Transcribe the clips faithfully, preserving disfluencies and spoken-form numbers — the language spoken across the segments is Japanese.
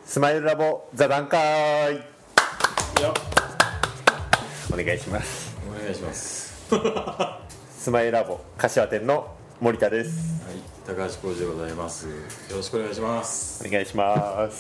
スマイルラボ座談会よお願いします。 お願いしますスマイルラボ柏店の森田です。 はい、高橋浩二でございます。よろしくお願いします。 お願いします。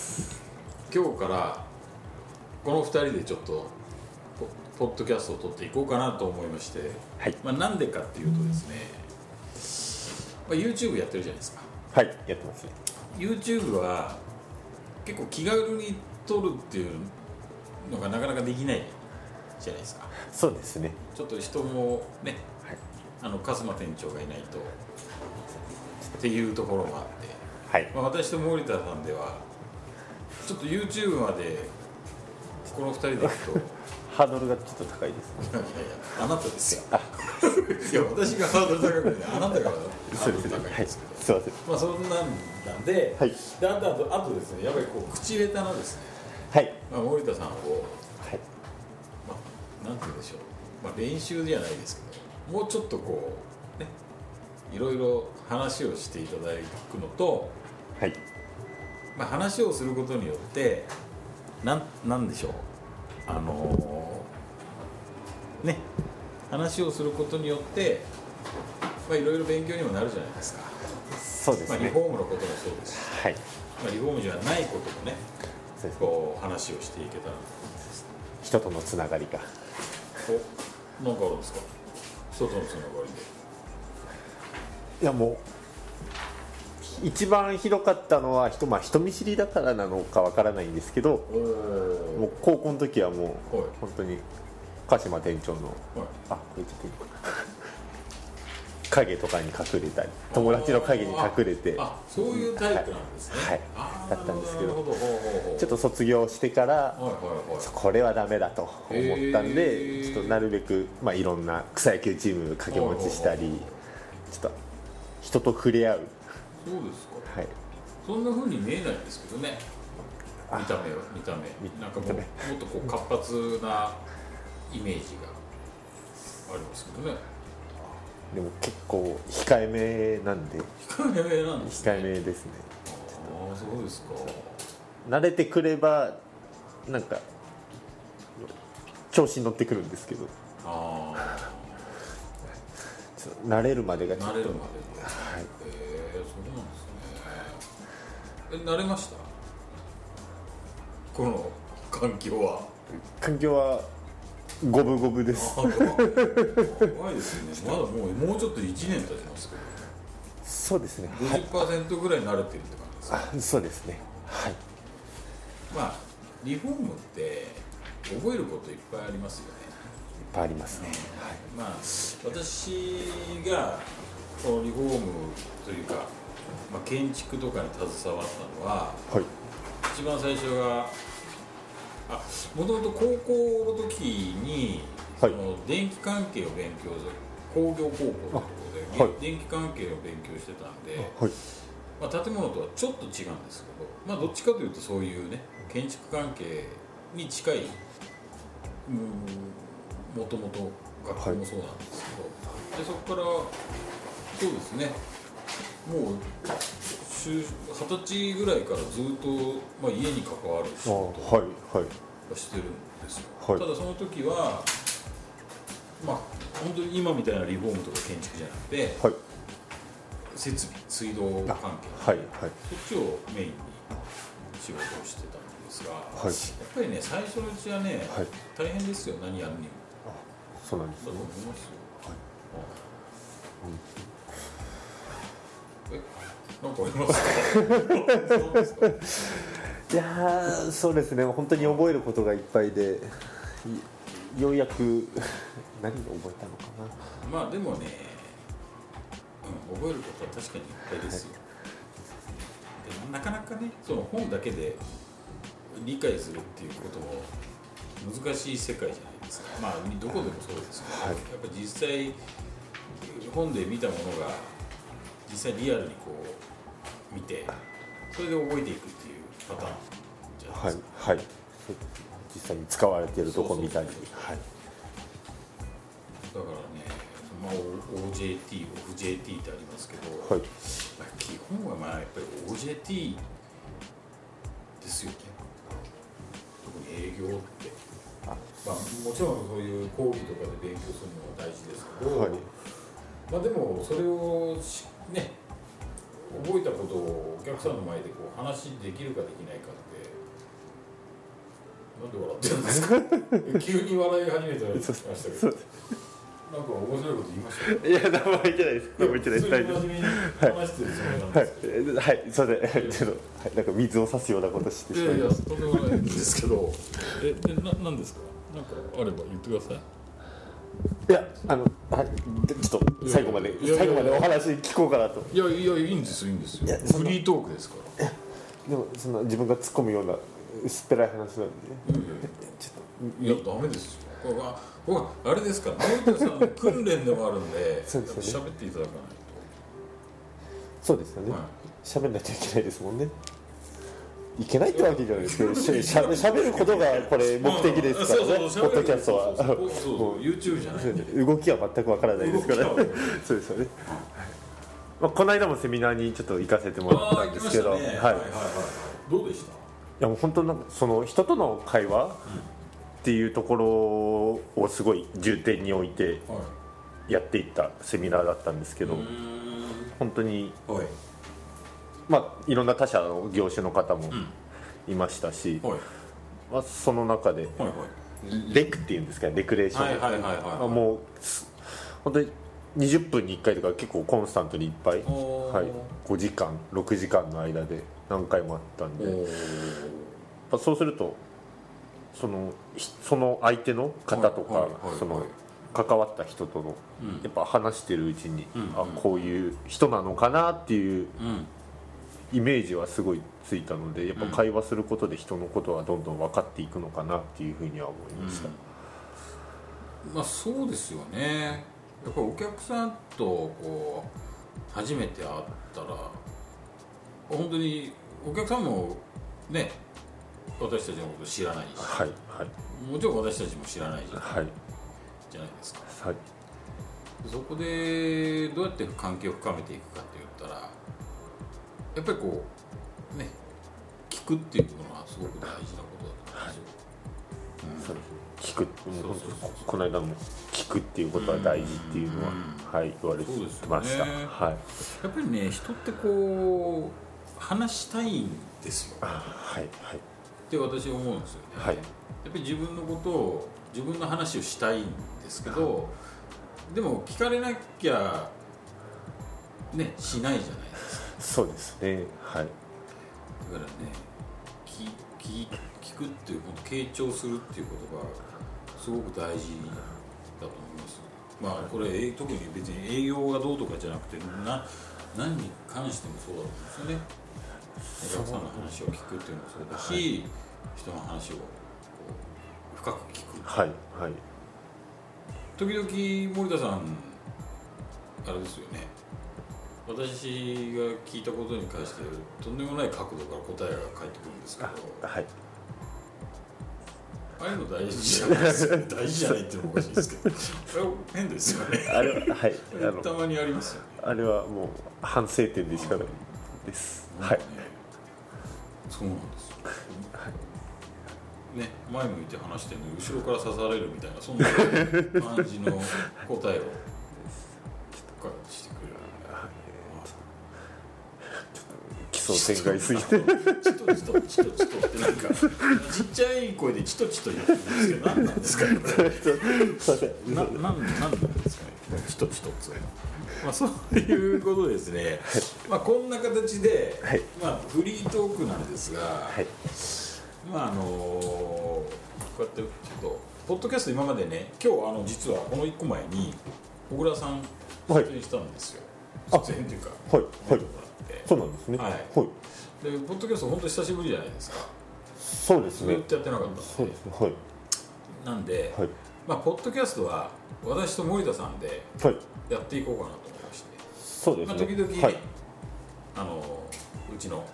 今日からこのふたりでちょっとポッドキャストを撮っていこうかなと思いまして、 はいまあ、なんでかっていうとですね、まあ、YouTube やってるじゃないですか。 はい、やってますね。 YouTube は結構気軽に撮るっていうのがなかなかできないじゃないですか。 そうですね。 ちょっと人もね、 はい、 あの鹿島店長がいないとっていうところもあって、 はい、 まあ、私と森田さんではちょっと YouTube までこのふたりで行くとハードルがちょっと高いですね。 いやいやあなたですよいや私がハードル高くてあなたがハードル高いんですけど、 すいません。 まあそんなんで、 はい、 であとあとあとですね、やっぱりこう口下手なですね、 はい、 まあ、森田さんを、 はい、 まあ、なんて言うんでしょう、まあ、練習じゃないですけど、もうちょっとこうね、いろいろ話をしていただくのと、 はい、 まあ、話をすることによってなん、なんでしょう、あのー、ね、話をすることによって、まあ、いろいろ勉強にもなるじゃないですか。 そうですね。 まあ、リフォームのこともそうですし、 はい、 まあ、リフォームじゃないこともね、 そうですね。 こう話をしていけたらと思います。 人とのつながりが。 お、なんかあるんですか、人とのつながりで。 いやもう一番ひどかったのは人、まあ、人見知りだからなのかわからないんですけど、もう高校の時はもう、はい、本当に鹿島店長の、はい、あ、これちょっといいか影とかに隠れたり、友達の影に隠れて、 あ、そういうタイプなんですね。 はい、はい、だったんですけど、 ほどほうほうほう、 ちょっと卒業してから、はいはいはい、これはダメだと思ったんで、ちょっとなるべく、まあ、いろんな草野球チーム掛け持ちしたり、ちょっと人と触れ合う。 そうですか。 はい。 そんな風に見えないんですけどね。見た目は見た目。なんかもうもっとこう活発なイメージがありますけどね。 でも結構控えめなんで。 控えめなんですね。 控えめですね。 ああ、そうですか。 慣れてくればなんか調子に乗ってくるんですけど。ああ。慣れるまでがちょっと。慣れるまで。はい。 えー、そうなんですね。え、慣れました？この環境は。 環境は五分五分です。 あ、怖いですね。まだもうもうちょっといちねん経ちますけど。 そうですね。 ごじゅっパーセント ぐらい慣れてるって感じですか。 あ、そうですね。はい。 まあリフォームって覚えることいっぱいありますよね。 いっぱいありますね。はい。 まあ私がこのリフォームというか、まあ、建築とかに携わったのは、はい、一番最初があ、もともと高校の時に、はい、その電気関係を勉強する工業高校ということで、はい、電気関係を勉強してたんで、はい、まあ、建物とはちょっと違うんですけど、まあ、どっちかというとそういうね、建築関係に近い、もともと学校もそうなんですけど、はい、でそこからそうですね、もう二十歳ぐらいからずっと、まあ、家に関わる仕事をしてるんですよ。はいはい、ただその時はまあ本当に今みたいなリフォームとか建築じゃなくて、はい、設備、水道関係、はいはい、そっちをメインに仕事をしてたんですが、はい、やっぱりね、最初のうちはね、はい、大変ですよ、何やるにも。 あ、そうなんですね。 だと思いますよ。はい、うん、え、なんかありますか？ いや、そうですね、本当に覚えることがいっぱいで、ようやく何を覚えたのかな。まあでもね、うん、覚えることは確かにいっぱいですよ。はい、でなかなかね、その本だけで理解するっていうことも難しい世界じゃないですか。まあどこでもそうですけど、はい、やっぱり実際本で見たものが実際リアルにこう見て、それで覚えていくっていうパターンじゃないですか。 はい、はい、実際に使われているところ見たり、はい、 だからね、まあ、オージェーティー、オフ ジェーティー ってありますけど、はい、まあ、基本はまあやっぱり オージェーティー ですよね。 強って、あ、まあ、もちろんそういう講義とかで勉強するのは大事ですけど、はい、まあでもそれをね覚えたことをお客さんの前でこう話できるかできないかってなんで笑ってるんですか急に笑い始めてましたけどなんか面白いこと言いましたいや、何も言ってないです。何も言ってないです。 普通に真面目に話してるつもりなんですけど、 はい、はい、それで、ちょっと、はい、なんか水を差すようなことしてしまいました。 いやいや、とんでもないんですけど、え、で、な、なんですか。なんかあれば言ってください。 いや、あの、はい、ちょっと最後まで、最後までお話聞こうかなと。 いやいや、いいんですよ、いいんですよ。フリートークですから。 でも、そんな自分が突っ込むような薄っぺらい話なんで、ね、 うん、ちょっと、いや、ダメですよ。これは、これはあれですから、森田さんの訓練でもあるんで、 そうですよね。 喋っていただかないと。 そうですよね。喋、はい、んないといけないですもんね。いけないってわけじゃないですけど、しゃべ喋ることがこれ目的ですからね。ポッドキャストは。 そうそうそう、YouTube じゃない。 動きは全くわからないですから。そうですよね。まあこの間もセミナーにちょっと行かせてもらったんですけど、はい。 どうでした？いやもう本当なんかその人との会話っていうところをすごい重点に置いてやっていったセミナーだったんですけど、本当に。まあ、いろんな他社の業種の方もいましたし、うんはいまあ、その中で、はいはい、レクっていうんですかね、レクレーション、はいはいはいはい、もう本当ににじゅっぷんにいっかいとか結構コンスタントにいっぱい、はい、ごじかんろくじかんの間で何回もあったんで、まあ、そうするとその、その相手の方とか、はいはいはいはい、その関わった人との、うん、やっぱ話してるうちに、うんうん、あこういう人なのかなっていう、うんイメージはすごいついたのでやっぱ会話することで人のことはどんどん分かっていくのかなっていうふうには思いました、 うん、まあそうですよね。やっぱりお客さんとこう初めて会ったら本当にお客さんもね私たちのこと知らないし、はいはい、もちろん私たちも知らないじゃない、はい、じゃないですか、はい、そこでどうやって関係を深めていくかって言ったらやっぱりこうね聞くっていうのはすごく大事なことだと思うんですよ、はいうん、そうです聞くこの間も聞くっていうことは大事っていうのは、うんはい、言われてました、ねはい、 やっぱりね人ってこう話したいんですよ、 はいはい、 って私は思うんですよね、はい、やっぱり自分のことを自分の話をしたいんですけど、はい、でも聞かれなきゃねしないじゃないですか。 そうですね、はい、 だからね 聞, 聞, 聞くっていう傾聴するっていうことがすごく大事だと思います。まあこれ特に別に営業がどうとかじゃなくてな何に関してもそうだと思うんですよね。お客さんの話を聞くっていうのもそうだし、はい、人の話をこう深く聞く、はいはい、時々森田さんあれですよね私が聞いたことに関してとんでもない角度から答えが返ってくるんですけど、あ、はい、ああいうの大事じゃないですか大事じゃないっていうのもおかしいですけどあれ変ですよねあれは、はい、 たまにありますよね。 あれはもう反省点でしかないです、はい、ね、 そうなんですよ、はいね、前向いて話してるのに後ろから刺されるみたいなそんな感じの答えをしてくれる奇想天外すぎてチトチトチトチトってなんかちっちゃい声でチトチト言ってるんですけど何なんですかねこれななんなんですかねチトチトっていうのは、まあ、そういうことですね、まあ、こんな形で、はいまあ、フリートークなんですが、はいまああのー、こうやってちょっとポッドキャスト今までね今日あの実はこのいっこまえに小倉さん出演したんですよ、はい、出演というかはいはいそうなんですね。はい。はい、 でポッドキャスト本当に久しぶりじゃないですか。 そうですね。 ずっとやってなかったんで。 そうですね。はい。 なんで、はい、まあポッドキャストは私と森田さんでやっていこうかなと思いまして。 そうですね。 まあ時々、はい、あのうちの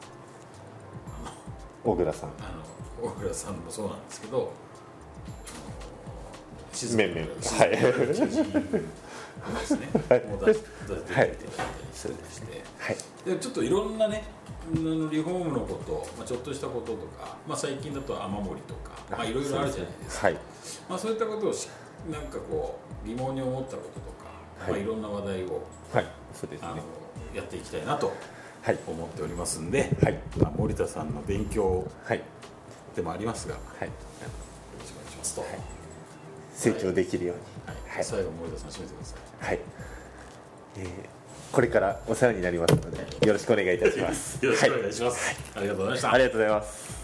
小倉さん、 あの小倉さんもそうなんですけど、 めんめんはい。 そうですね、はい、もう出していただいたりして、はい、 はい、 でちょっといろんなねリフォームのこと、まあ、ちょっとしたこととか、まあ、最近だと雨漏りとか、まあ、いろいろあるじゃないですか。そうですね、はい、まあ、そういったことをしなんかこう疑問に思ったこととか、はい、まあ、いろんな話題を、はい、そうですね、あのやっていきたいなと思っておりますんで、はい、まあ、森田さんの勉強でもありますが、はい、よろしくお願いしますと、はい、 成長できるように、 はいはい、最後森田さん締めてください。 はい、えー、これからお世話になりますのでよろしくお願いいたします。 よろしくお願いします、はい、ありがとうございました。 ありがとうございます。